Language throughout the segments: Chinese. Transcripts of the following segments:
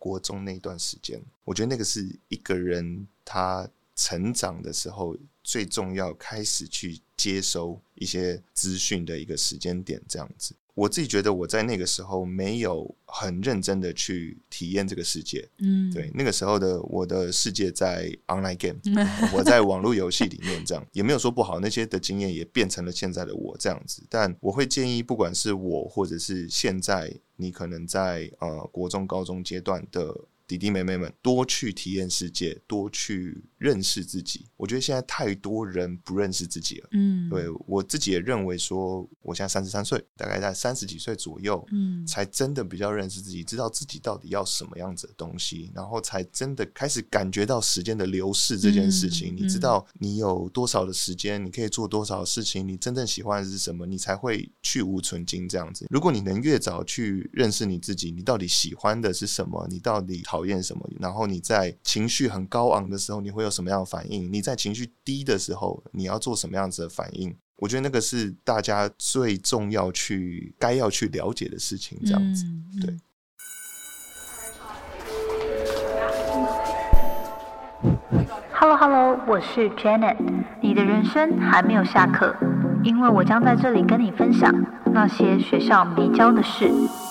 国中那段时间，我觉得那个是一个人他成长的时候最重要开始去接收一些资讯的一个时间点，这样子。我自己觉得我在那个时候没有很认真的去体验这个世界，对，那个时候的我的世界在 online game 我在网络游戏里面，这样也没有说不好，那些的经验也变成了现在的我这样子。但我会建议不管是我或者是现在你可能在国中高中阶段的弟弟妹妹们，多去体验世界，多去认识自己。我觉得现在太多人不认识自己了，对，我自己也认为说我现在33岁，大概在30几岁左右，才真的比较认识自己，知道自己到底要什么样子的东西，然后才真的开始感觉到时间的流逝这件事情，你知道你有多少的时间，你可以做多少的事情，你真正喜欢的是什么，你才会去无存菁这样子。如果你能越早去认识你自己，你到底喜欢的是什么，你到底讨厌什么，然后你在情绪很高昂的时候你会有什么样的反应，你在情绪低的时候你要做什么样子的反应，我觉得那个是大家最重要该要去了解的事情这样子，对。 Hello， 我是 Janet， 你的人生还没有下课，因为我将在这里跟你分享那些学校没教的事。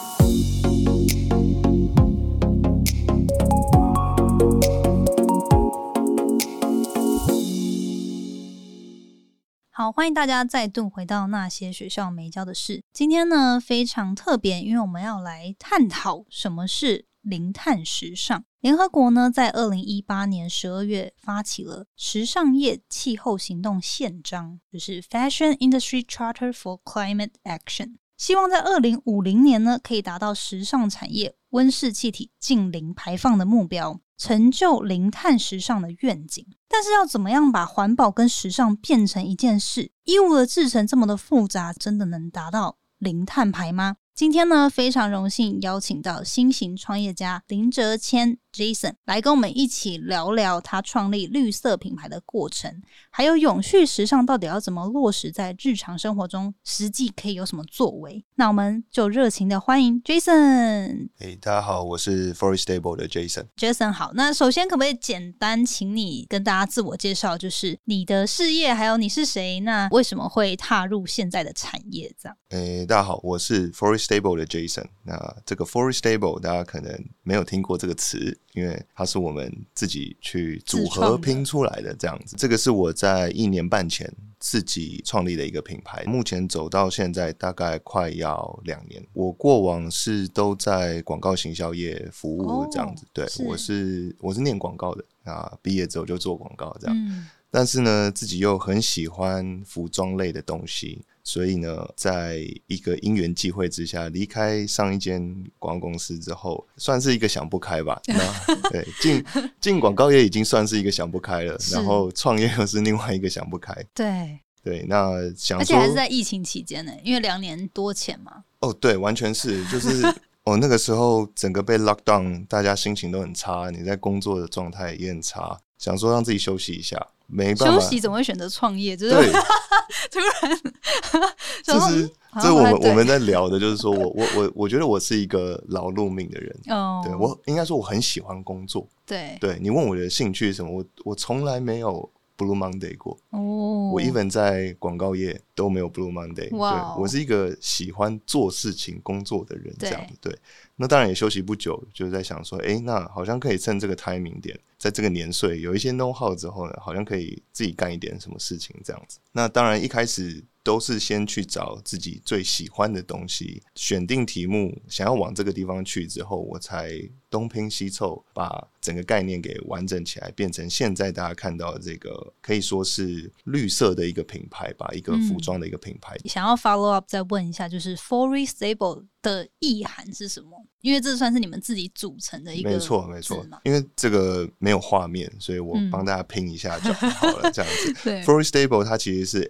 好，欢迎大家再度回到那些学校没教的事。今天呢非常特别，因为我们要来探讨什么是零碳时尚。联合国呢在2018年12月发起了时尚业气候行动宪章，就是 Fashion Industry Charter for Climate Action， 希望在2050年呢可以达到时尚产业温室气体净零排放的目标，成就零碳时尚的愿景。但是要怎么样把环保跟时尚变成一件事？衣物的制成这么的复杂，真的能达到零碳排吗？今天呢非常荣幸邀请到新型创业家林哲谦 Jason 来跟我们一起聊聊他创立绿色品牌的过程，还有永续时尚到底要怎么落实在日常生活中，实际可以有什么作为。那我们就热情的欢迎 Jason。 大家好，我是 Forest Stable 的 Jason。 好，那首先可不可以简单请你跟大家自我介绍，就是你的事业还有你是谁，那为什么会踏入现在的产业这样？ 大家好，我是 Forest Stable 的 Jason。 那这个 Forest Stable 大家可能没有听过这个词，因为它是我们自己去组合拼出来的这样子。这个是我在1年半前自己创立的一个品牌，目前走到现在大概快要2年。我过往是都在广告行销业服务这样子，对，我是念广告的，那毕业之后就做广告这样，但是呢自己又很喜欢服装类的东西，所以呢在一个因缘际会之下离开上一间广告公司之后，算是一个想不开吧那对，进广告业已经算是一个想不开了，然后创业又是另外一个想不开，对，那想说而且还是在疫情期间呢，因为2年多前嘛。 对，完全是就是那个时候整个被 lock down， 大家心情都很差，你在工作的状态也很差，想说让自己休息一下，没办法。 休息怎么会选择创业？就是对突然这我们在聊的就是说我觉得我是一个劳碌命的人，对，我应该说我很喜欢工作，对，你问我的兴趣是什么，我从来没有Blue Monday 过，我 even 在广告业都没有 Blue Monday，对，我是一个喜欢做事情工作的人这样，对，那当然也休息不久，就在想说那好像可以趁这个 timing 点，在这个年岁有一些 know how 之后呢，好像可以自己干一点什么事情这样子。那当然一开始都是先去找自己最喜欢的东西，选定题目想要往这个地方去之后，我才东拼西凑把整个概念给完整起来，变成现在大家看到的这个可以说是绿色的一个品牌吧，一个服装的一个品牌。 想要 follow up 再问一下，就是 Forest Stable 的意涵是什么？因为这算是你们自己组成的一个字嘛。 没错，因为这个没有画面，所以我帮大家拼一下就好了这样子Forest Stable 它其实是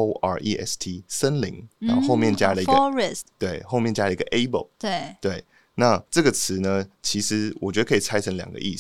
FOREST 森林，然后后面加了一个 Forest， 对，后面加了一个 able， 对，那这个词呢其实我觉得可以拆成2个意思，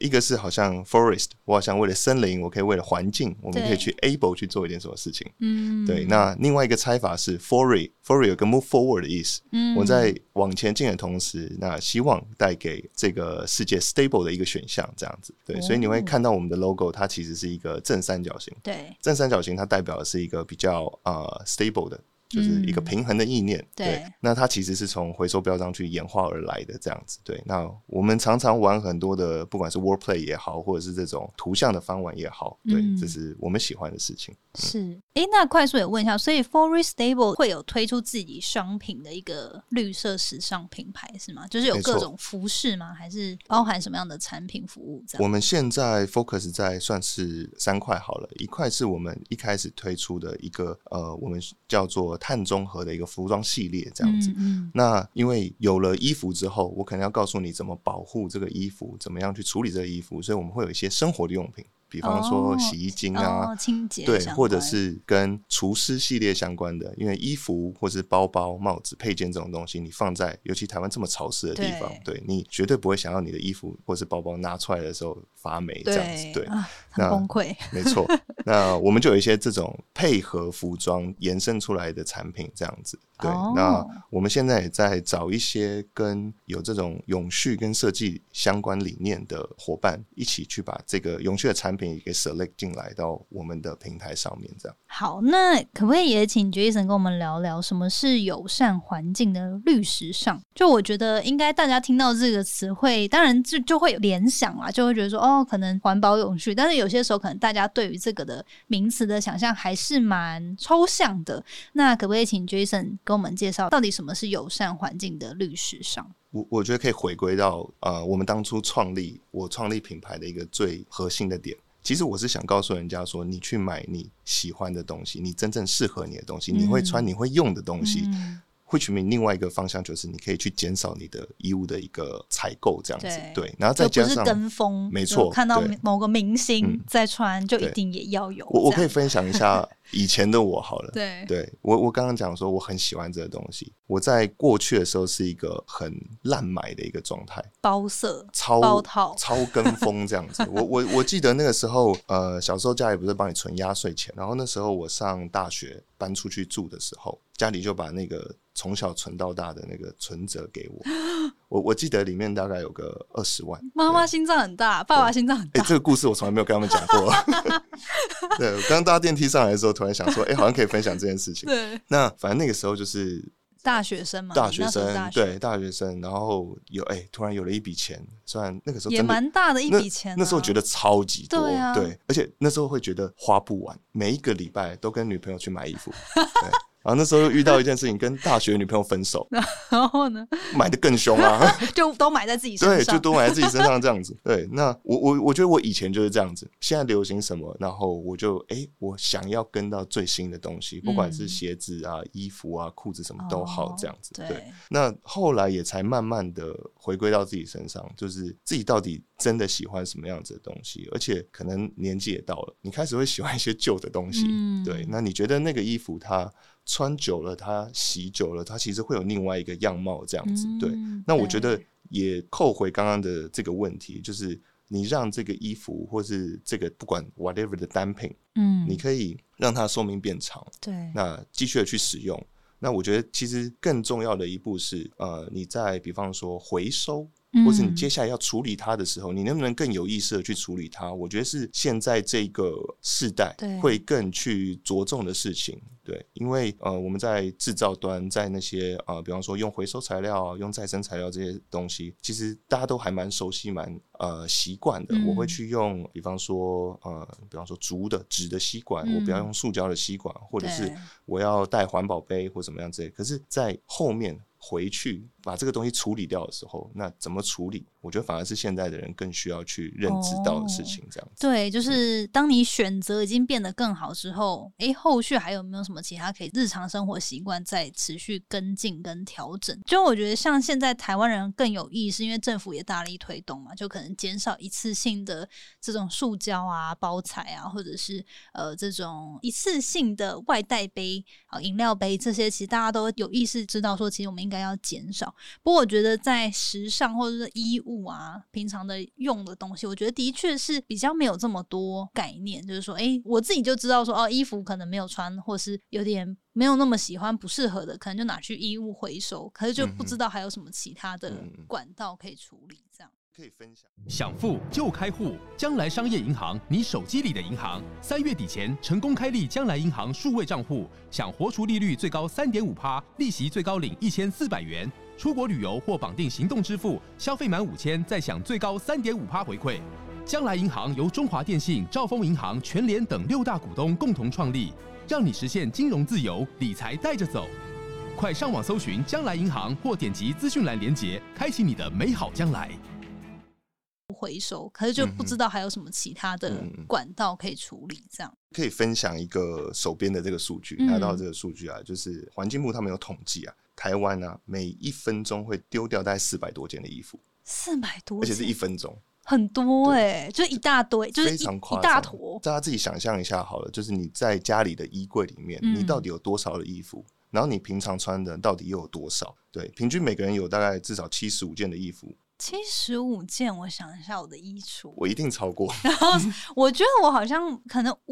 一个是好像 forest， 我好像为了森林，我可以为了环境，我们可以去 able 去做一点什么事情。对。那另外一个猜法是 forward 有个 move forward 的意思。我在往前进的同时，那希望带给这个世界 stable 的一个选项，这样子。对。所以你会看到我们的 logo， 它其实是一个正三角形。 对。 正三角形它代表的是一个比较stable 的。就是一个平衡的意念。对。那它其实是从回收标章去演化而来的这样子。对。那我们常常玩很多的不管是 wordplay 也好，或者是这种图像的翻玩也好，对，这是我们喜欢的事情。 是。那快速也问一下，所以 Forest Stable 会有推出自己商品的一个绿色时尚品牌是吗？就是有各种服饰吗？还是包含什么样的产品服务这样？ 我们现在 focus 在算是3块好了。一块是我们一开始推出的一个我们叫做碳中和的一个服装系列这样子。那因为有了衣服之后，我可能要告诉你怎么保护这个衣服，怎么样去处理这个衣服，所以我们会有一些生活的用品，比方说洗衣精啊， 清洁对，或者是跟厨师系列相关的，因为衣服或是包包、帽子、配件这种东西，你放在尤其台湾这么潮湿的地方，对，你绝对不会想要你的衣服或是包包拿出来的时候发霉这样子。对， 很崩溃。 没错。那我们就有一些这种配合服装延伸出来的产品这样子。对。那我们现在也在找一些跟有这种永续跟设计相关理念的伙伴，一起去把这个永续的产品也给 select 进来到我们的平台上面这样。 好，那可不可以也请 Jason 跟我们聊聊什么是友善环境的绿时尚？就我觉得应该大家听到这个词汇，当然就会有联想啦，就会觉得说可能环保永续，但是有些时候可能大家对于这个的名词的想象还是蛮抽象的。那可不可以请 Jason 跟我们介绍到底什么是友善环境的绿时尚？ 我觉得可以回归到我们当初创立品牌的一个最核心的点。其实我是想告诉人家说，你去买你喜欢的东西，你真正适合你的东西，你会穿你会用的东西，会取名另外一个方向就是你可以去减少你的衣物的一个采购这样子。 对，然后再加上就不是跟风， 没错， 看到某个明星在穿就一定也要有。 我可以分享一下以前的我好了。 对， 我刚刚讲说我很喜欢这个东西，我在过去的时候是一个很滥买的一个状态， 包色包套超跟风这样子。我记得那个时候小时候家里不是帮你存压岁钱，然后那时候我上大学搬出去住的时候，家里就把那个从小存到大的那个存折给我记得里面大概有个20万。 妈妈心脏很大，爸爸心脏很大。 这个故事我从来没有跟他们讲过。对，我刚搭电梯上来的时候突然想说好像可以分享这件事情。 对， 那反正那个时候就是大学生嘛， 大学生，然后突然有了一笔钱，虽然那个时候真的也蛮大的一笔钱那时候觉得超级多。 对， 而且那时候会觉得花不完，每一个礼拜都跟女朋友去买衣服。对。然后那时候遇到一件事情，跟大学女朋友分手， 然后呢， 买得更凶啊， 就都买在自己身上， 对，就都买在自己身上这样子。对，那我觉得我以前就是这样子，现在流行什么，然后我就我想要跟到最新的东西，不管是鞋子啊、衣服啊、裤子什么都好这样子。对，那后来也才慢慢的回归到自己身上，就是自己到底真的喜欢什么样子的东西，而且可能年纪也到了，你开始会喜欢一些旧的东西。对，那你觉得那个衣服它穿久了，它洗久了，它其实会有另外一个样貌这样子。对，那我觉得也扣回刚刚的这个问题，就是你让这个衣服或是这个不管 whatever 的单品，你可以让它寿命变长， 对， 那继续的去使用。那我觉得其实更重要的一步是你在比方说回收，或是你接下来要处理它的时候，你能不能更有意识的去处理它，我觉得是现在这个世代会更去着重的事情。对，因为我们在制造端，在那些比方说用回收材料、用再生材料这些东西，其实大家都还蛮熟悉、蛮习惯的。我会去用比方说竹的纸的吸管，我不要用塑胶的吸管，或者是我要带环保杯或怎么样之类。可是在后面回去把这个东西处理掉的时候，那怎么处理，我觉得反而是现在的人更需要去认知到的事情这样子。 对，就是当你选择已经变得更好之后，后续还有没有什么其他可以日常生活习惯再持续跟进跟调整？就我觉得像现在台湾人更有意识，因为政府也大力推动嘛，就可能减少一次性的这种塑胶啊、包材啊，或者是这种一次性的外带杯、饮料杯这些，其实大家都有意识知道说，其实我们应该要减少。 要。不过我觉得在时尚或者是衣物啊，平常的用的东西，我觉得的确是比较没有这么多概念，就是说我自己就知道说衣服可能没有穿，或是有点没有那么喜欢不适合的，可能就拿去衣物回收，可是就不知道还有什么其他的管道可以处理这样。 可以分享。 想富就开户，将来商业银行，你手机里的银行。3月底前成功开立将来银行数位账户，享活储利率最高 3.5%， 利息最高领1400元。出国旅游或绑定行动支付，消费满5000再享最高 3.5% 回馈。将来银行由中华电信、兆丰银行、全联等6大股东共同创立，让你实现金融自由，理财带着走。快上网搜寻将来银行，或点击资讯栏连结，开启你的美好将来。 回收，可是就不知道还有什么其他的管道可以处理这样。 可以分享一个手边的这个数据，拿到这个数据啊，就是环境部他们有统计啊，台湾啊每1分钟会丢掉大概400多件的衣服 ，400多件， 而且是1分钟， 很多就一大堆，就是非常夸张， 一大坨。 大家自己想象一下好了，就是你在家里的衣柜里面，你到底有多少的衣服？然后你平常穿的到底又有多少？对，平均每个人有大概至少75件的衣服。 75件，我想一下我的衣橱， 我一定超过。 然后我觉得我好像可能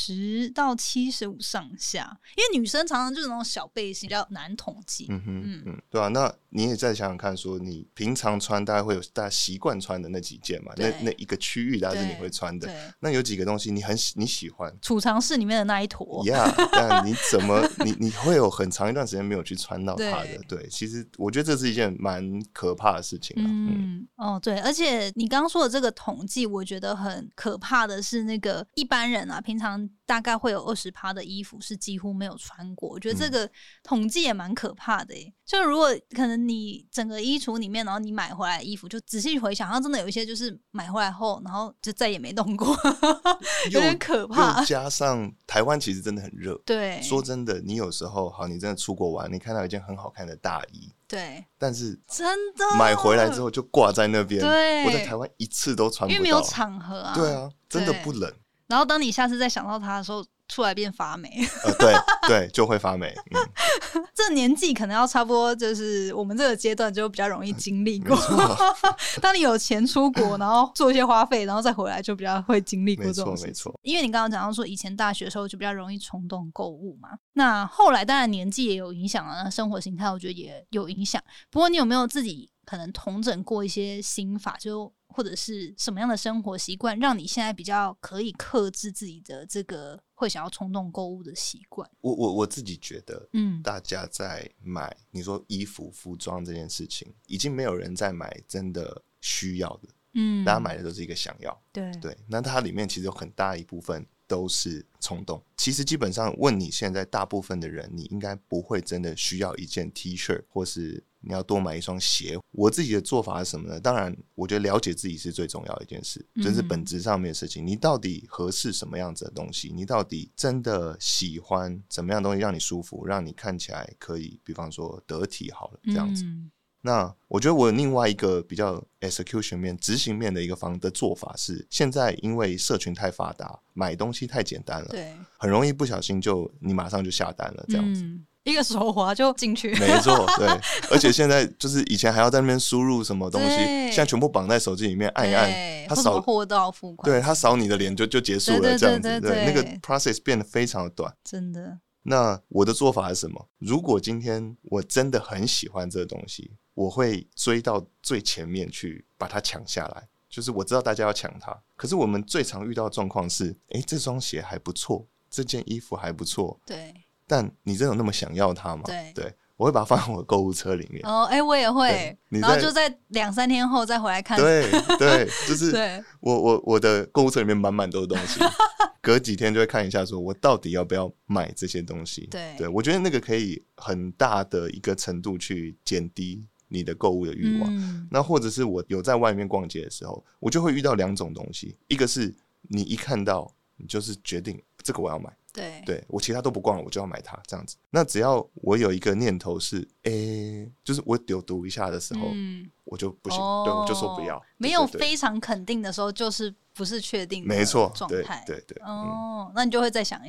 50到75上下，因为女生常常就是那种小背心比较难统计。 对啊，那你也再想想看，说你平常穿大概会有大家习惯穿的那几件嘛，那一个区域大概是你会穿的。那有几个东西你喜欢， 储藏室里面的那一坨但你怎么你会有很长一段时间没有去穿到它的。对，其实我觉得这是一件蛮可怕的事情啊。 对，而且你刚刚说的这个统计，我觉得很可怕的是，那个一般人啊，平常大概会有20%的衣服是几乎没有穿过。我觉得这个统计也蛮可怕的耶。就如果可能你整个衣橱里面，然后你买回来的衣服，就仔细回想，然后真的有一些就是买回来后，然后就再也没动过，有点可怕。 又加上台湾其实真的很热， 对， 说真的，你有时候好，你真的出国玩，你看到一件很好看的大衣。 对， 但是真的买回来之后就挂在那边， 对， 我在台湾一次都穿不到， 因为没有场合啊。 对啊，真的不冷。 然后当你下次再想到它的时候，出来变发霉。 对，就会发霉。 这年纪可能要差不多，就是我们这个阶段就比较容易经历过。当你有钱出国，然后做一些花费，然后再回来，就比较会经历过这种事情。 没错。 因为你刚刚讲到说，以前大学的时候就比较容易冲动购物嘛。那后来当然年纪也有影响了，那生活形态我觉得也有影响。不过你有没有自己可能统整过一些心法，就或者是什么样的生活习惯，让你现在比较可以克制自己的这个会想要冲动购物的习惯？ 我自己觉得，大家在买你说衣服、服装这件事情，已经没有人在买真的需要的，大家买的都是一个想要，对，那它里面其实有很大一部分都是冲动。其实基本上问你现在大部分的人，你应该不会真的需要一件 T 恤，或是你要多买一双鞋。我自己的做法是什么呢？当然我觉得了解自己是最重要的一件事，这是本质上面的事情。你到底合适什么样子的东西，你到底真的喜欢怎么样的东西让你舒服，让你看起来可以比方说得体好了这样子。那我觉得我有另外一个比较 execution 面执行面的一个的做法是，现在因为社群太发达，买东西太简单了，对，很容易不小心你马上就下单了这样子， 一个手滑就进去， 没错，对。而且现在就是以前还要在那边输入什么东西，现在全部绑在手机里面，按一按，他扫货到付款， 对，他扫你的脸就结束了，这样子，对，那个 process 变得非常的短， 真的。 那我的做法是什么？如果今天我真的很喜欢这个东西，我会追到最前面去把它抢下来。就是我知道大家要抢它，可是我们最常遇到的状况是，这双鞋还不错，这件衣服还不错，对，但你真的有那么想要它吗？对，我会把它放在我的购物车里面。 我也会，然后就在2-3天后再回来看。 对，就是我的购物车里面满满都是东西。隔几天就会看一下说我到底要不要买这些东西。对，我觉得那个可以很大的一个程度去减低你的购物的欲望。那或者是我有在外面逛街的时候，我就会遇到2种东西，一个是你一看到你就是决定这个我要买，对，我其他都不逛了，我就要买它这样子。那只要我有一个念头是就是我有读一下的时候，我就不行，对，我就说不要。 没有非常肯定的时候，就是不是确定的状态。 对， 那你就会再想一下。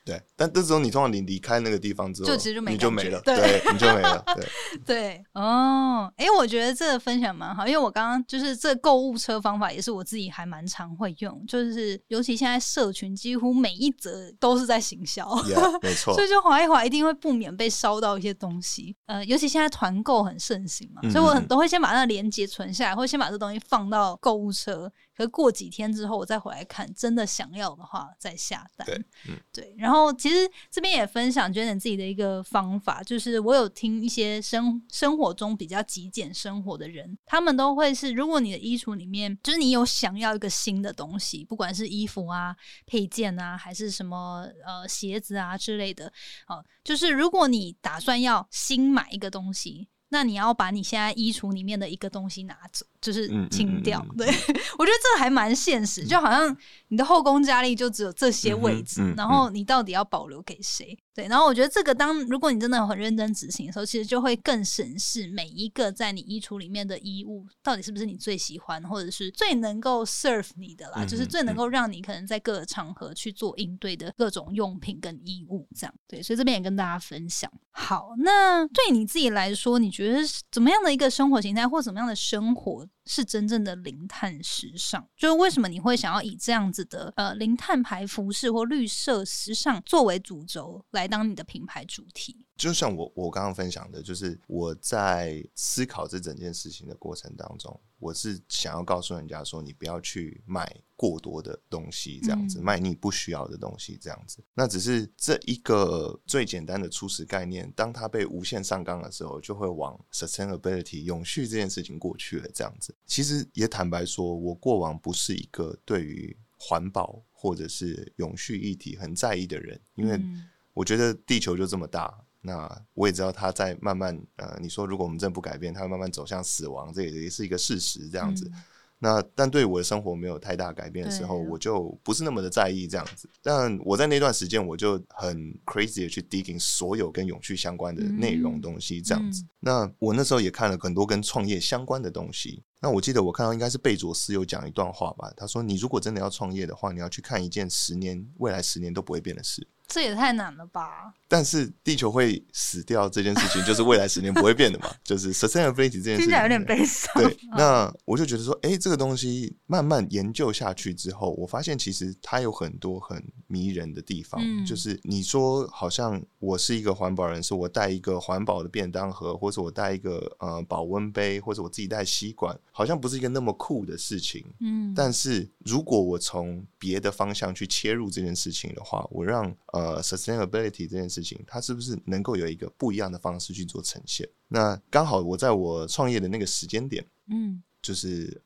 对，但这时候你通常你离开那个地方之后， 就其实就没你就没了， 对， 对，你就没了，对对哦，我觉得这个分享蛮好，因为我刚刚就是这购物车方法也是我自己还蛮常会用，就是尤其现在社群几乎每一则都是在行销 ，yeah, 没错， 所以就滑一滑一定会不免被烧到一些东西。尤其现在团购很盛行嘛，所以我都会先把那个链接存下来，或先把这东西放到购物车。可是过几天之后我再回来看，真的想要的话再下单。 对， 对。然后其实这边也分享Janet自己的一个方法，就是我有听一些生活中比较极简生活的人，他们都会是，如果你的衣橱里面就是你有想要一个新的东西，不管是衣服啊、配件啊，还是什么鞋子啊之类的，就是如果你打算要新买一个东西，那你要把你现在衣橱里面的一个东西拿走，就是清掉。对，我觉得这还蛮现实，就好像你的后宫佳丽就只有这些位置，然后你到底要保留给谁？对，然后我觉得这个如果你真的很认真执行的时候，其实就会更审视每一个在你衣橱里面的衣物到底是不是你最喜欢，或者是最能够 serve 你的啦，就是最能够让你可能在各个场合去做应对的各种用品跟衣物这样。对，所以这边也跟大家分享。好，那对你自己来说，你觉得怎么样的一个生活形态或怎么样的生活是真正的零碳时尚？就是为什么你会想要以这样子的零碳排服饰或绿色时尚作为主轴来当你的品牌主题？ 就像我刚刚分享的，就是我在思考这整件事情的过程当中，我是想要告诉人家说，你不要去买过多的东西，这样子买你不需要的东西，这样子。那只是这一个最简单的初始概念，当它被无限上纲的时候，就会往 sustainability 永续这件事情过去了，这样子。其实也坦白说，我过往不是一个对于环保或者是永续议题很在意的人，因为我觉得地球就这么大，那我也知道它在慢慢你说如果我们真的不改变，它会慢慢走向死亡，这也是一个事实，这样子。那但对我的生活没有太大改变的时候，我就不是那么的在意这样子。但我在那段时间我就很 crazy 的去 digging 所有跟永续相关的内容东西这样子。那我那时候也看了很多跟创业相关的东西。那我记得我看到应该是贝佐斯有讲一段话吧，他说你如果真的要创业的话，你要去看一件未来10年都不会变的事。 这也太难了吧。 但是地球会死掉这件事情就是未来10年不会变的嘛，就是 sustainability 这件事情听起来有点悲伤。 对，那我就觉得说这个东西慢慢研究下去之后，我发现其实它有很多很迷人的地方。就是你说好像我是一个环保人士，我带一个环保的便当盒，或者我带一个保温杯，或者我自己带吸管，好像不是一个那么酷的事情。但是如果我从别的方向去切入这件事情的话，我让sustainability 这件事情它是不是能够有一个不一样的方式去做呈现。那刚好我在我创业的那个时间点，就是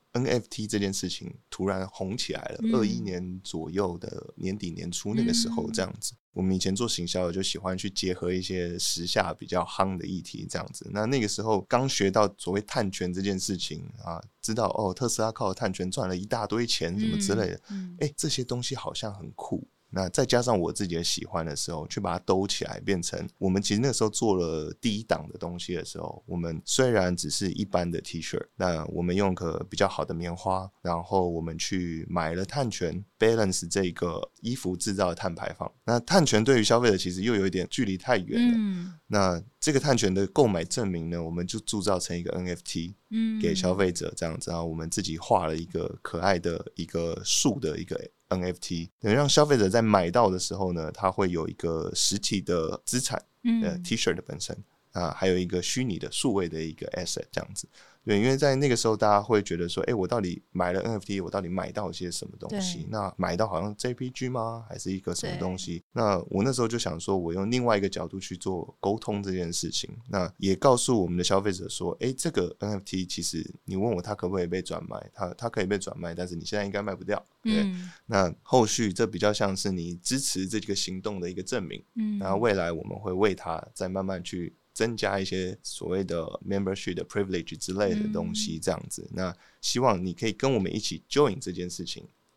NFT 这件事情突然红起来了，21年左右的年底年初那个时候这样子。我们以前做行销的就喜欢去结合一些时下比较夯的议题这样子。那个时候刚学到所谓碳权这件事情啊，知道特斯拉靠碳权赚了一大堆钱什么之类的，这些东西好像很酷。那再加上我自己的喜欢的时候，去把它兜起来，变成我们其实那时候做了第一档的东西的时候，我们虽然只是一般的 T 恤，那我们用个比较好的棉花，然后我们去买了碳权 balance 这个衣服制造的碳排放。那碳权对于消费者其实又有一点距离太远了，那这个碳权的购买证明呢，我们就铸造成一个 NFT 给消费者这样子，然后我们自己画了一个可爱的一个树的一个NFT， 等于让消费者在买到的时候呢，他会有一个实体的资产T-shirt 的本身还有一个虚拟的数位的一个 asset 这样子。对，因为在那个时候大家会觉得说我到底买了 NFT 我到底买到些什么东西，那买到好像 JPG 吗还是一个什么东西。那我那时候就想说我用另外一个角度去做沟通这件事情，那也告诉我们的消费者说这个 NFT 其实你问我它可不可以被转卖，它可以被转卖，但是你现在应该卖不掉。对，那后续这比较像是你支持这个行动的一个证明，然后未来我们会为它再慢慢去增加一些所谓的 membership 的 privilege 之类的东西这样子。那希望你可以跟我们一起 join 这件事情，那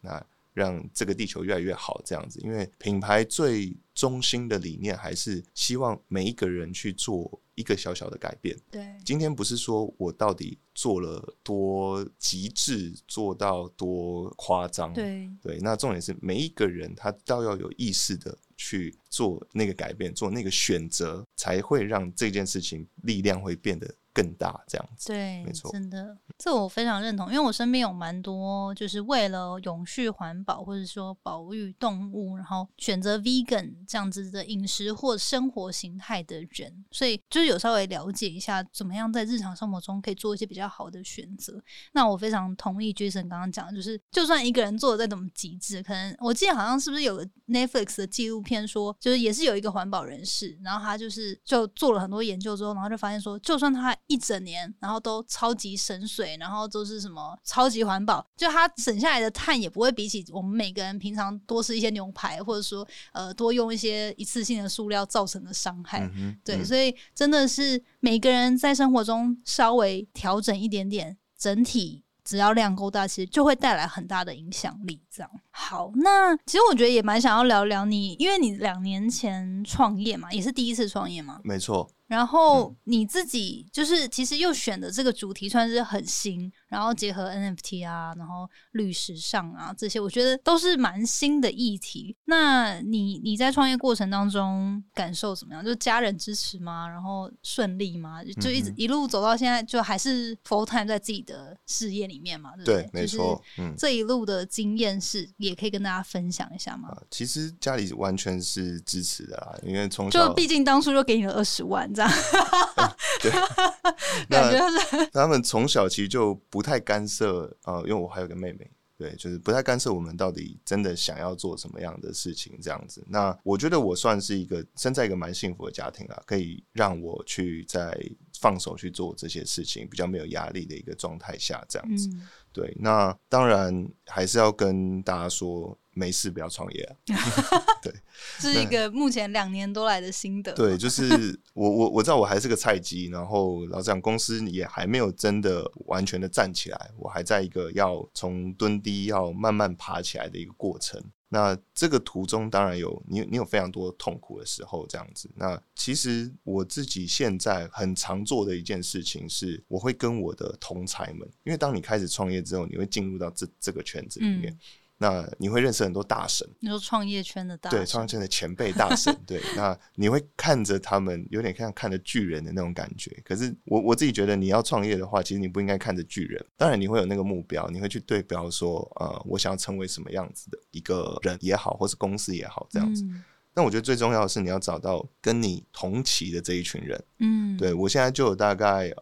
让这个地球越来越好这样子。因为品牌最中心的理念还是希望每一个人去做一个小小的改变。 对， 今天不是说我到底做了多极致，做到多夸张， 对， 那重点是每一个人他都要有意识的去做那个改变，做那个选择，才会让这件事情力量会变得更大这样子。 对， 没错， 真的，这我非常认同，因为我身边有蛮多就是为了永续环保或者说保育动物，然后选择 vegan 这样子的饮食或生活形态的人，所以就是有稍微了解一下怎么样在日常生活中可以做一些比较好的选择。那我非常同意 Jason 刚刚讲的，就是就算一个人做的再怎么极致，可能我记得好像是不是有个 Netflix 的纪录片说，就是也是有一个环保人士，然后他就做了很多研究之后，然后就发现说，就算他一整年然后都超级省水，然后都是什么超级环保，就他省下来的碳也不会比起我们每个人平常多吃一些牛排，或者说多用一些一次性的塑料造成的伤害。对，所以真的是每个人在生活中稍微调整一点点，整体只要量够大，其实就会带来很大的影响力。这样好，那其实我觉得也蛮想要聊聊你，因为你2年前创业嘛，也是第一次创业嘛， 没错。 然后你自己就是其实又选的这个主题算是很新，然后结合 NFT 啊，然后绿时尚啊这些，我觉得都是蛮新的议题。那你在创业过程当中感受怎么样？就家人支持吗？然后顺利吗？就一路走到现在，就还是 full time 在自己的事业里面嘛？对不对？ 对，没错。 这一路的经验是也可以跟大家分享一下吗？ 其实家里完全是支持的啦，因为从小就毕竟当初就给你了20万这样。 对， 感觉是他们从小其实就不太干涉因为我还有个妹妹，对，就是不太干涉我们到底真的想要做什么样的事情这样子。那我觉得我算是生在一个蛮幸福的家庭啦，可以让我去在放手去做这些事情，比较没有压力的一个状态下这样子。对，那当然还是要跟大家说，没事不要创业啊。对， 是一个目前2年多来的心得。 对，就是我知道我还是个菜鸡，然后老实讲公司也还没有真的完全的站起来，我还在一个要从蹲低要慢慢爬起来的一个过程。那这个途中当然你有非常多痛苦的时候这样子。那其实我自己现在很常做的一件事情是，我会跟我的同才们，因为当你开始创业之后，你会进入到这个圈子里面。那你会认识很多大神， 你说创业圈的大神， 对，创业圈的前辈大神，对，那你会看着他们，有点像看着巨人的那种感觉。可是我自己觉得，你要创业的话，其实你不应该看着巨人。当然，你会有那个目标，你会去对标说，我想要成为什么样子的一个人也好，或是公司也好，这样子。但我觉得最重要的是，你要找到跟你同期的这一群人。对，我现在就有大概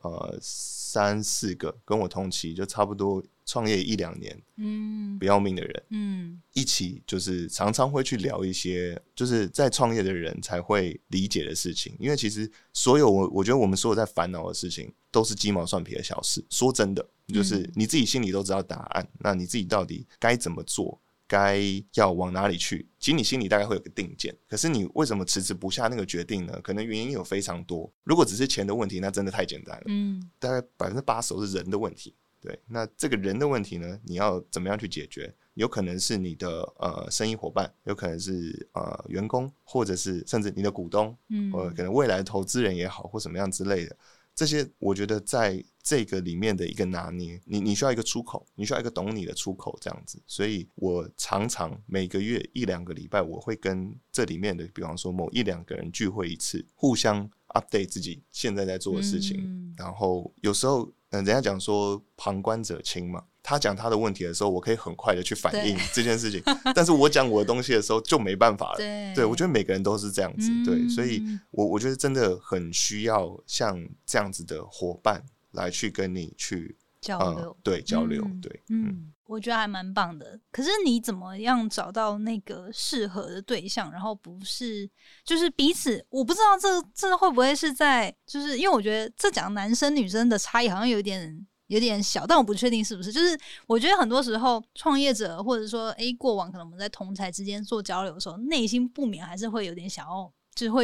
3-4个跟我同期，就差不多创业1-2年，不要命的人，一起就是常常会去聊一些就是在创业的人才会理解的事情。因为其实我觉得我们所有在烦恼的事情都是鸡毛蒜皮的小事。说真的，就是你自己心里都知道答案，那你自己到底该怎么做，该要往哪里去，其实你心里大概会有个定见。可是你为什么迟迟不下那个决定呢？可能原因有非常多。如果只是钱的问题，那真的太简单了。大概80%都是人的问题。对，那这个人的问题呢，你要怎么样去解决？有可能是你的生意伙伴，有可能是员工，或者是甚至你的股东，可能未来的投资人也好，或什么样之类的。这些我觉得在这个里面的一个拿捏，你需要一个出口，你需要一个懂你的出口这样子。所以我常常每个月1-2个礼拜，我会跟这里面的比方说某1-2个人聚会一次，互相 update 自己现在在做的事情。然后有时候人家讲说旁观者清嘛，他讲他的问题的时候，我可以很快的去反应这件事情，但是我讲我的东西的时候就没办法了。对，我觉得每个人都是这样子。对，所以我觉得真的很需要像这样子的伙伴来去跟你去交流， 对，交流，对， 我觉得还蛮棒的。可是你怎么样找到那个适合的对象，然后不是就是彼此，我不知道这会不会是在，就是因为我觉得这讲男生女生的差异好像有点小，但我不确定是不是。就是我觉得很多时候创业者或者说过往可能我们在同才之间做交流的时候，内心不免还是会有点想要，就是会有点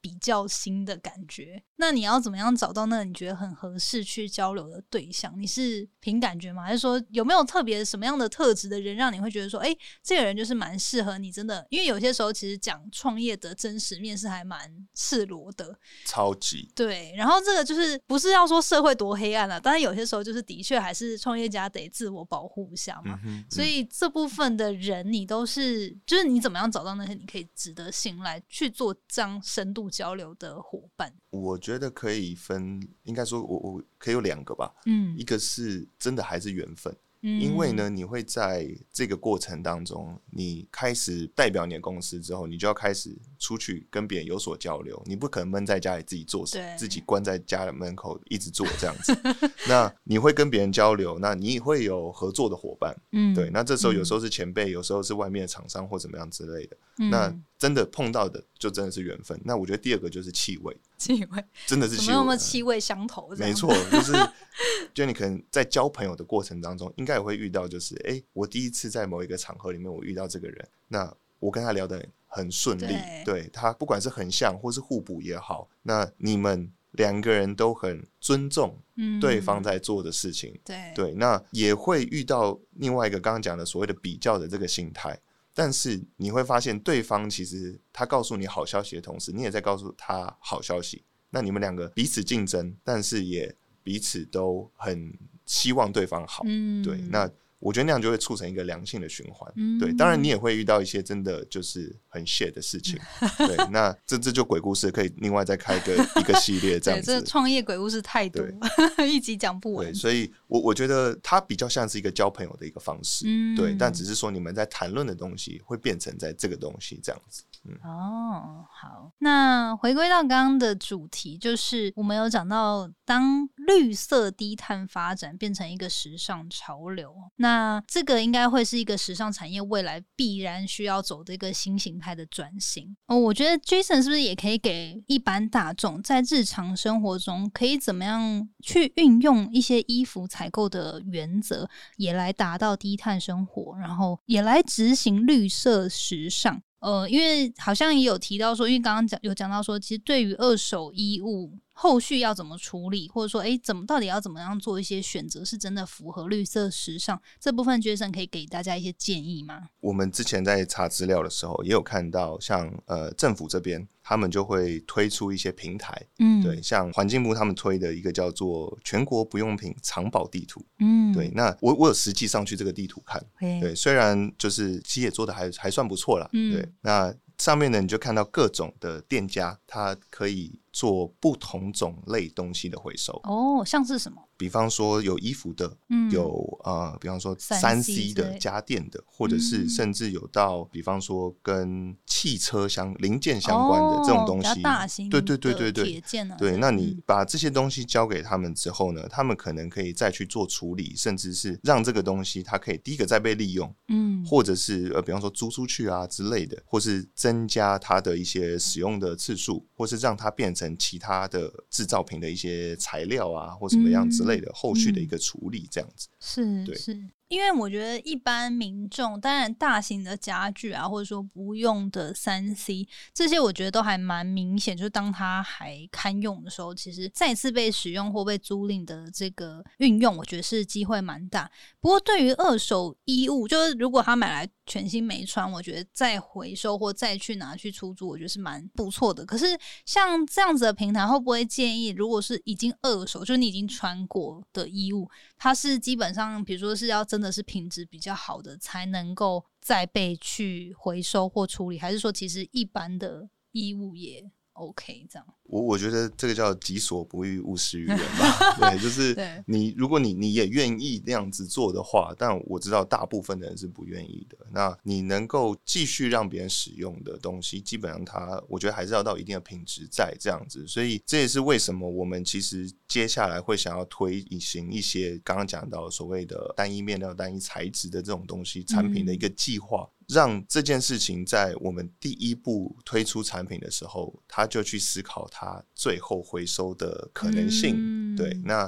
比较心的感觉。那你要怎么样找到那个你觉得很合适去交流的对象？你是凭感觉吗？还是说有没有特别什么样的特质的人让你会觉得说这个人就是蛮适合你？真的，因为有些时候其实讲创业的真实面是还蛮赤裸的， 超级对。然后这个就是不是要说社会多黑暗但是有些时候就是的确还是创业家得自我保护一下嘛。所以这部分的人你都是就是你怎么样找到那些你可以值得信赖去做这样深度交流的伙伴？ 我觉得可以分，应该说我可以有2个吧。一个是真的还是缘分，因为呢，你会在这个过程当中，你开始代表你的公司之后，你就要开始出去跟别人有所交流，你不可能闷在家里自己做，自己关在家的门口一直做这样子。那你会跟别人交流，那你会有合作的伙伴，对。那这时候有时候是前辈，有时候是外面的厂商或怎么样之类的。那真的碰到的就真的是缘分。那我觉得第2个就是气味，真的是气味， 有没有气味相投？ 没错，就你可能在交朋友的过程当中，应该也会遇到，就是我第一次在某一个场合里面，我遇到这个人，那我跟他聊得很顺利，对他不管是很像或是互补也好，那你们2个人都很尊重对方在做的事情，对，那也会遇到另外一个刚刚讲的所谓的比较的这个心态。但是你会发现对方其实他告诉你好消息的同时，你也在告诉他好消息，那你们2个彼此竞争，但是也彼此都很希望对方好，对。那我觉得那样就会促成一个良性的循环，对。当然你也会遇到一些真的就是很 shit 的事情，对。那这就鬼故事可以另外再开一个系列这样子。 对，这创业鬼故事太多一集讲不完。 对，所以我觉得它比较像是一个交朋友的一个方式，对。但只是说你们在谈论的东西会变成在这个东西这样子。 好，那回归到刚刚的主题，就是我们有讲到当绿色低碳发展变成一个时尚潮流，那这个应该会是一个时尚产业未来必然需要走的一个新形态的转型。我觉得 Jason 是不是也可以给一般大众在日常生活中可以怎么样去运用一些衣服采购的原则，也来达到低碳生活，然后也来执行绿色时尚？因为好像也有提到说，因为刚刚有讲到说，其实对于二手衣物后续要怎么处理，或者说到底要怎么样做一些选择是真的符合绿色时尚，这部分 Jason 可以给大家一些建议吗？ 我们之前在查资料的时候也有看到像政府这边他们就会推出一些平台，对，像环境部他们推的一个叫做全国不用品藏宝地图，对。那我有实际上去这个地图看，对，虽然就是其实也做的还算不错啦，对。那上面呢你就看到各种的店家他可以做不同种类东西的回收， 像是什么？ 比方说有衣服的，有比方说 3C 的家电的，或者是甚至有到比方说跟汽车零件相关的这种东西， 比较大型的铁件啊， 对。那你把这些东西交给他们之后呢，他们可能可以再去做处理，甚至是让这个东西它可以第一个再被利用，或者是比方说租出去啊之类的，或是增加它的一些使用的次数，或是让它变成其他的制造品的一些材料啊，或什么样之类的后续的一个处理这样子。 是因为我觉得一般民众，当然大型的家具啊，或者说不用的 3C 这些，我觉得都还蛮明显，就是当它还堪用的时候，其实再次被使用或被租赁的这个运用，我觉得是机会蛮大。不过对于二手衣物，就是如果他买来全新没穿，我觉得再回收或再去拿去出租，我觉得是蛮不错的。可是像这样子的平台，会不会建议如果是已经二手，就是你已经穿过的衣物，它是基本上比如说是要真的是品质比较好的才能够再被去回收或处理，还是说其实一般的衣物也 OK 这样？ 我觉得这个叫己所不欲勿施于人吧对，就是如果你也愿意那样子做的话，但我知道大部分的人是不愿意的，那你能够继续让别人使用的东西，基本上我觉得还是要到一定的品质在这样子。所以这也是为什么我们其实接下来会想要推行一些刚刚讲到所谓的单一面料单一材质的这种东西产品的一个计划，让这件事情在我们第一步推出产品的时候，他就去思考它最后回收的可能性，对。那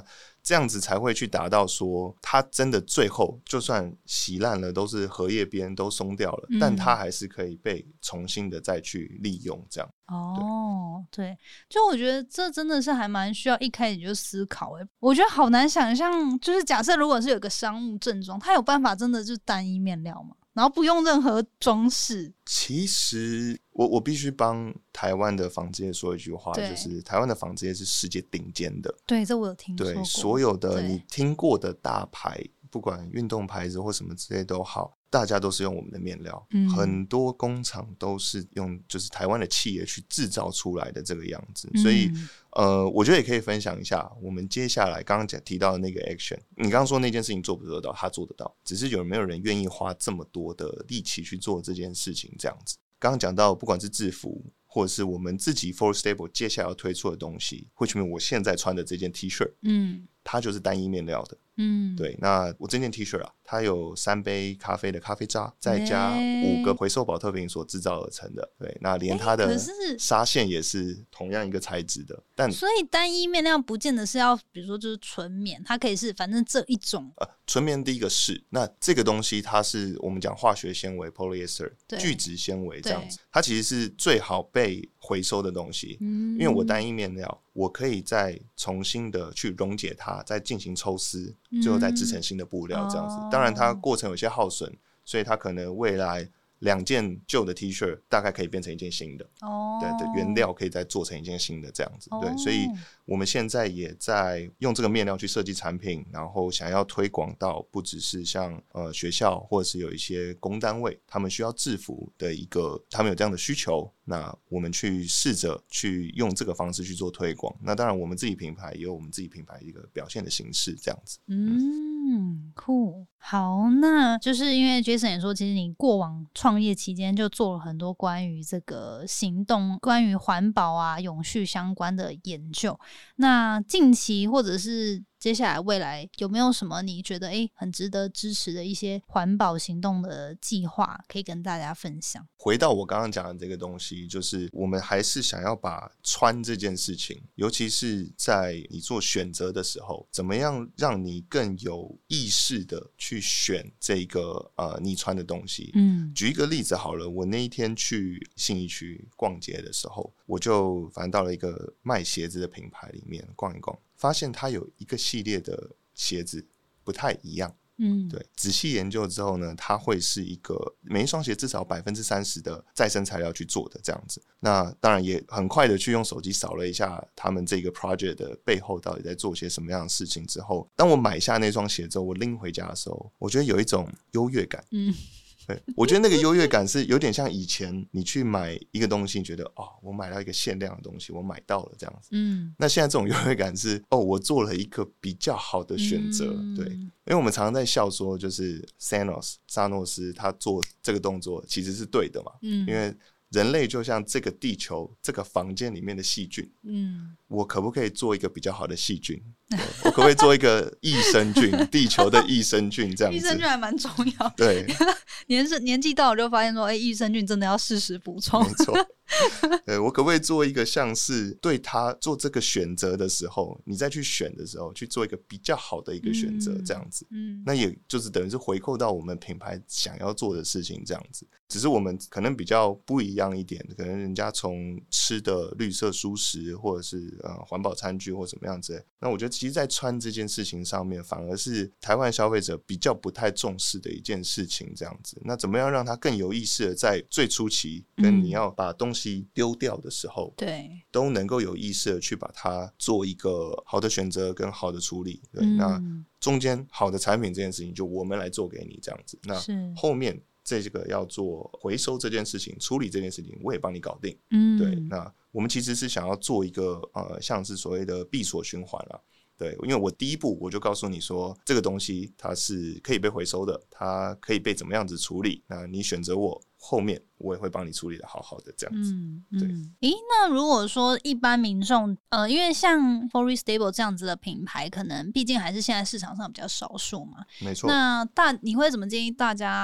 这样子才会去达到说它真的最后就算洗烂了都是荷叶边都松掉了，但它还是可以被重新的再去利用这样。 对，就我觉得这真的是还蛮需要一开始就思考我觉得好难想象，就是假设如果是有个商务正装，它有办法真的就单一面料吗？然后不用任何装饰？ 其实我必须帮台湾的纺织业说一句话，就是台湾的纺织业是世界顶尖的。 对，这我有听说过。 对，所有的你听过的大牌，不管运动牌子或什么之类都好，大家都是用我们的面料，很多工厂都是用就是台湾的企业去制造出来的这个样子，所以我觉得也可以分享一下我们接下来刚刚提到的那个 action。 你刚刚说那件事情做不做得到，他做得到，只是有没有人愿意花这么多的力气去做这件事情这样子。刚刚讲到不管是制服或者是我们自己 For Stable 接下来要推出的东西，或者我现在穿的这件 T 恤，它就是单一面料的。对，那我这件 T 恤它有3杯咖啡的咖啡渣，再加5个回收保特瓶所制造而成的。对，那连它的纱线也是同样一个材质的。但所以单一面料不见得是要比如说就是纯棉，它可以是反正这一种。 纯棉第一个是，那这个东西它是我们讲化学纤维 polyester 聚酯纤维这样子，它其实是最好被回收的东西。因为我单一面料我可以再重新的去溶解它，再进行抽丝，最后再制成新的布料这样子。当然它过程有些耗损，所以它可能未来2件旧的 T 恤大概可以变成一件新的。对，原料可以再做成一件新的这样子。对，所以我们现在也在用这个面料去设计产品，然后想要推广到不只是像学校或者是有一些公单位他们需要制服的一个，他们有这样的需求，那我们去试着去用这个方式去做推广。那当然我们自己品牌也有我们自己品牌一个表现的形式这样子。 酷。好，那就是因为 Jason 也说其实你过往创业期间就做了很多关于这个行动关于环保啊永续相关的研究，那近期或者是接下来未来有没有什么你觉得很值得支持的一些环保行动的计划可以跟大家分享？ 回到我刚刚讲的这个东西，就是我们还是想要把穿这件事情，尤其是在你做选择的时候，怎么样让你更有意识的去选这个你穿的东西。举一个例子好了，我那一天去信义区逛街的时候，我就反正到了一个卖鞋子的品牌里面逛一逛，发现它有一个系列的鞋子不太一样。对，仔细研究之后呢，它会是一个每一双鞋至少30%的再生材料去做的这样子。那当然也很快的去用手机扫了一下他们这个 project 的背后到底在做些什么样的事情之后，当我买下那双鞋之后，我拎回家的时候，我觉得有一种优越感。对，我觉得那个优越感是有点像以前你去买一个东西，你觉得我买到一个限量的东西，我买到了这样子。那现在这种优越感是我做了一个比较好的选择。对，因为我们常常在笑说，就是萨诺斯他做这个动作其实是对的嘛。因为人类就像这个地球这个房间里面的细菌，我可不可以做一个比较好的细菌？我可不可以做一个益生菌，地球的益生菌这样子？益生菌还蛮重要。 对， 年纪到了就发现说，益生菌真的要适时补充。 没错。对，我可不可以做一个像是对他做这个选择的时候，你再去选的时候去做一个比较好的一个选择这样子。那也就是等于是回扣到我们品牌想要做的事情这样子，只是我们可能比较不一样一点，可能人家从吃的绿色蔬食或者是环保餐具或怎么样子。那我觉得其实在穿这件事情上面，反而是台湾消费者比较不太重视的一件事情这样子。那怎么样让他更有意识的在最初期跟你要把东西丢掉的时候， 对， 都能够有意识的去把它做一个好的选择跟好的处理。对，那中间好的产品这件事情就我们来做给你这样子，那后面这个要做回收这件事情，处理这件事情我也帮你搞定。对，那我们其实是想要做一个像是所谓的闭锁循环啦。对，因为我第一步我就告诉你说，这个东西它是可以被回收的，它可以被怎么样子处理，那你选择我，后面我也会帮你处理的好好的这样子。对。 那如果说一般民众因为像 For Stable 这样子的品牌可能毕竟还是现在市场上比较少数嘛， 没错。 那你会怎么建议大家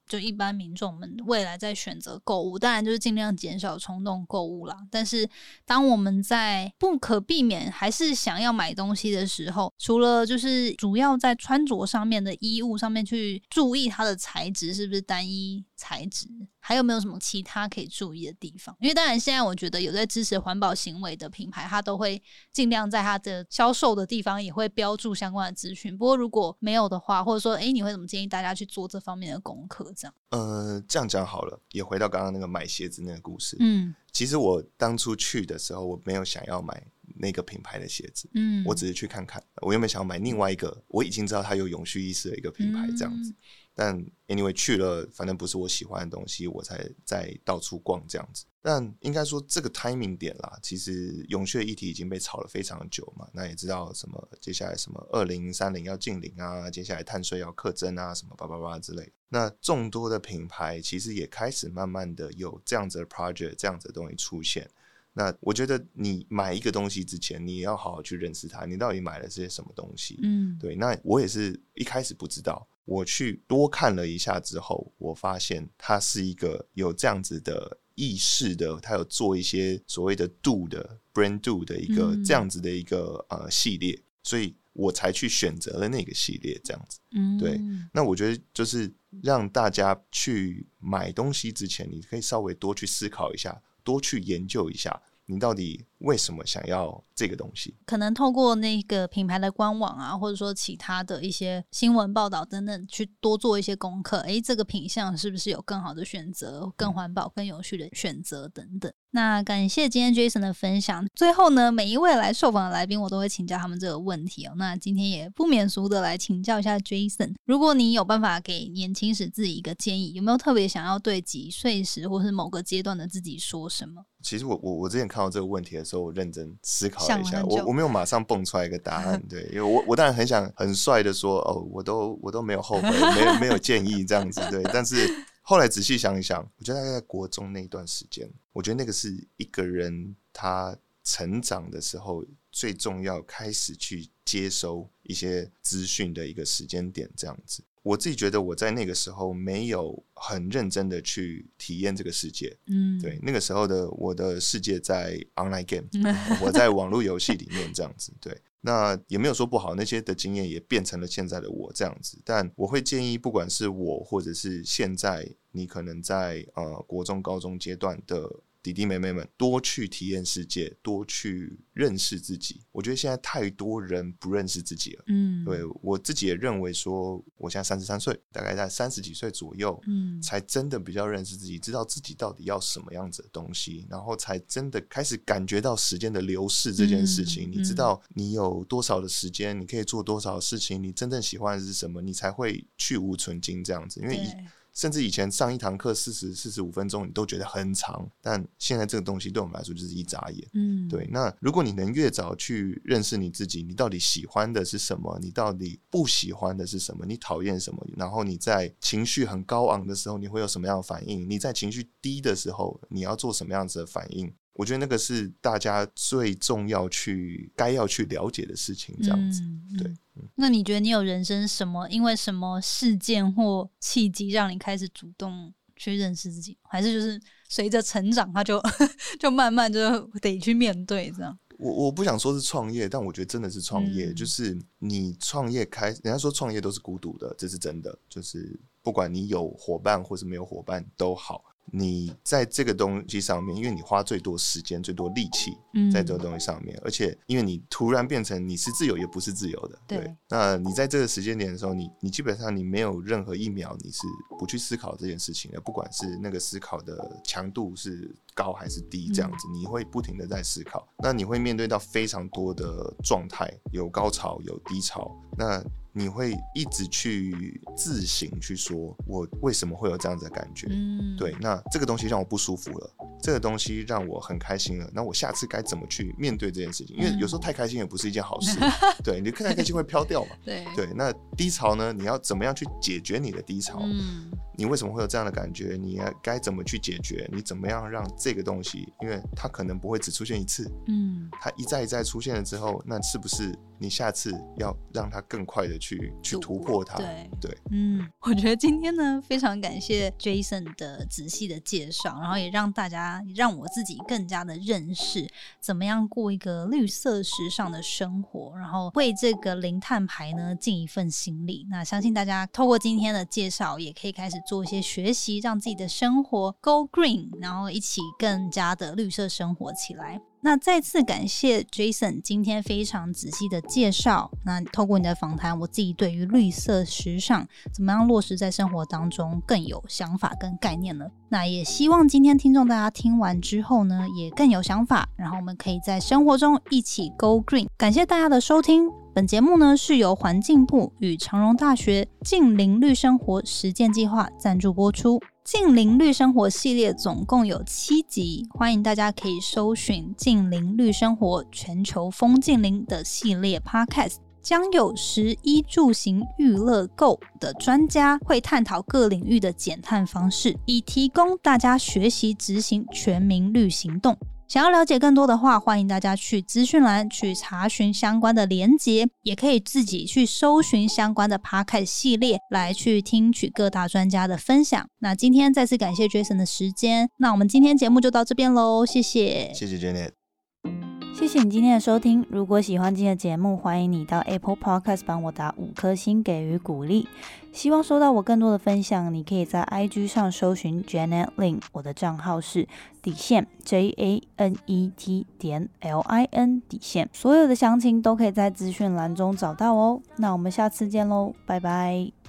就一般民众们未来在选择购物，当然就是尽量减少冲动购物啦。但是当我们在不可避免还是想要买东西的时候，除了就是主要在穿着上面的衣物上面去注意它的材质是不是单一材质，还有没有什么其他可以注意的地方？因为当然现在我觉得有在支持环保行为的品牌，它都会尽量在它的销售的地方也会标注相关的资讯。不过如果没有的话，或者说你会怎么建议大家去做这方面的功课？ 这样讲好了，也回到刚刚那个买鞋子那个故事。其实我当初去的时候，我没有想要买那个品牌的鞋子，我只是去看看。我原本想要买另外一个，我已经知道它有永续意识的一个品牌这样子。但 anyway 去了，反正不是我喜欢的东西，我才在到处逛这样子。但应该说这个 timing 点啦，其实永续的议题已经被炒了非常久嘛。那也知道什么接下来什么2030要净零啊，接下来碳税要课征啊，什么叭叭叭之类的。那众多的品牌其实也开始慢慢的有这样子的 project， 这样子的东西出现。那我觉得你买一个东西之前，你也要好好去认识它，你到底买了些什么东西。对。那我也是一开始不知道，我去多看了一下之后，我发现它是一个有这样子的意识的，它有做一些所谓的 do 的 brand do 的一个这样子的一个系列，所以我才去选择了那个系列这样子。对。那我觉得就是让大家去买东西之前，你可以稍微多去思考一下，多去研究一下你到底为什么想要这个东西。 可能透过那个品牌的官网啊，或者说其他的一些新闻报道等等，去多做一些功课。这个品项是不是有更好的选择，更环保更有序的选择等等。那感谢今天 Jason 的分享。最后呢，每一位来受访的来宾我都会请教他们这个问题那今天也不免俗的来请教一下 Jason， 如果你有办法给年轻时自己一个建议，有没有特别想要对几岁时或是某个阶段的自己说什么？ 其实我之前看到这个问题的时候，我认真思考了一下，我没有马上蹦出来一个答案。对，因为我当然很想很帅的说我都没有后悔，没有建议这样子。对，但是后来仔细想一想，我觉得大概在国中那一段时间，我觉得那个是一个人他成长的时候最重要开始去接收一些资讯的一个时间点这样子。我自己觉得我在那个时候没有很认真的去体验这个世界。对，那个时候的我的世界在 online game 我在网络游戏里面这样子。对，那也没有说不好，那些的经验也变成了现在的我这样子。但我会建议不管是我或者是现在你可能在国中高中阶段的弟弟妹妹们，多去体验世界，多去认识自己。我觉得现在太多人不认识自己了。对，我自己也认为说我现在33岁，大概在30几岁左右才真的比较认识自己，知道自己到底要什么样子的东西，然后才真的开始感觉到时间的流逝这件事情。你知道你有多少的时间，你可以做多少事情，你真正喜欢的是什么，你才会去无存菁这样子。因为甚至以前上一堂课45分钟你都觉得很长，但现在这个东西对我们来说就是一眨眼。对，那如果你能越早去认识你自己，你到底喜欢的是什么，你到底不喜欢的是什么，你讨厌什么，然后你在情绪很高昂的时候你会有什么样的反应，你在情绪低的时候你要做什么样子的反应，我觉得那个是大家最重要该要去了解的事情这样子。对。 那你觉得你有人生因为什么事件或契机让你开始主动去认识自己，还是就是随着成长他就慢慢就得去面对这样？ 我不想说是创业，但我觉得真的是创业。就是你创业人家说创业都是孤独的，这是真的。就是不管你有伙伴或是没有伙伴都好，你在这个东西上面，因为你花最多时间最多力气在这个东西上面，而且因为你突然变成你是自由也不是自由的。对，那你在这个时间点的时候，你基本上你没有任何一秒你是不去思考这件事情的，不管是那个思考的强度是高还是低这样子，你会不停的在思考。那你会面对到非常多的状态，有高潮有低潮，那你会一直去自省去说我为什么会有这样子的感觉。对，那这个东西让我不舒服了， 这个东西让我很开心了，那我下次该怎么去面对这件事情？因为有时候太开心也不是一件好事，对，你太开心会飘掉嘛。对，那低潮呢，你要怎么样去解决你的低潮？你为什么会有这样的感觉？你该怎么去解决？你怎么样让这个东西，因为它可能不会只出现一次，它一再一再出现了之后，那是不是你下次要让它更快的去突破它？对， 我觉得今天呢，非常感谢 Jason 的仔细的介绍，然后也让我自己更加的认识怎么样过一个绿色时尚的生活，然后为这个零碳排呢尽一份心力。那相信大家透过今天的介绍，也可以开始做一些学习，让自己的生活 Go Green， 然后一起更加的绿色生活起来。那再次感谢 Jason 今天非常仔细的介绍，那透过你的访谈，我自己对于绿色时尚怎么样落实在生活当中更有想法跟概念了。那也希望今天听众大家听完之后呢，也更有想法，然后我们可以在生活中一起 Go Green。 感谢大家的收听，本节目呢是由环境部与长荣大学近邻绿生活实践计划赞助播出。近邻绿生活系列总共有7集，欢迎大家可以搜寻近邻绿生活全球风近邻的系列 Podcast， 将有食衣住行娱乐购的专家会探讨各领域的减碳方式，以提供大家学习执行全民绿行动。想要了解更多的话，欢迎大家去资讯栏去查询相关的连结，也可以自己去搜寻相关的 Podcast 系列来去听取各大专家的分享。那今天再次感谢 Jason 的时间，那我们今天节目就到这边咯，谢谢。 谢谢 Janet。 谢谢你今天的收听，如果喜欢今天的节目，欢迎你到 Apple Podcast 帮我打5颗星给予鼓励。希望收到我更多的分享，你可以在 IG 上搜寻 Janet Lin， 我的账号是JANET.LIN， 所有的详情都可以在资讯栏中找到哦。那我们下次见咯，拜拜。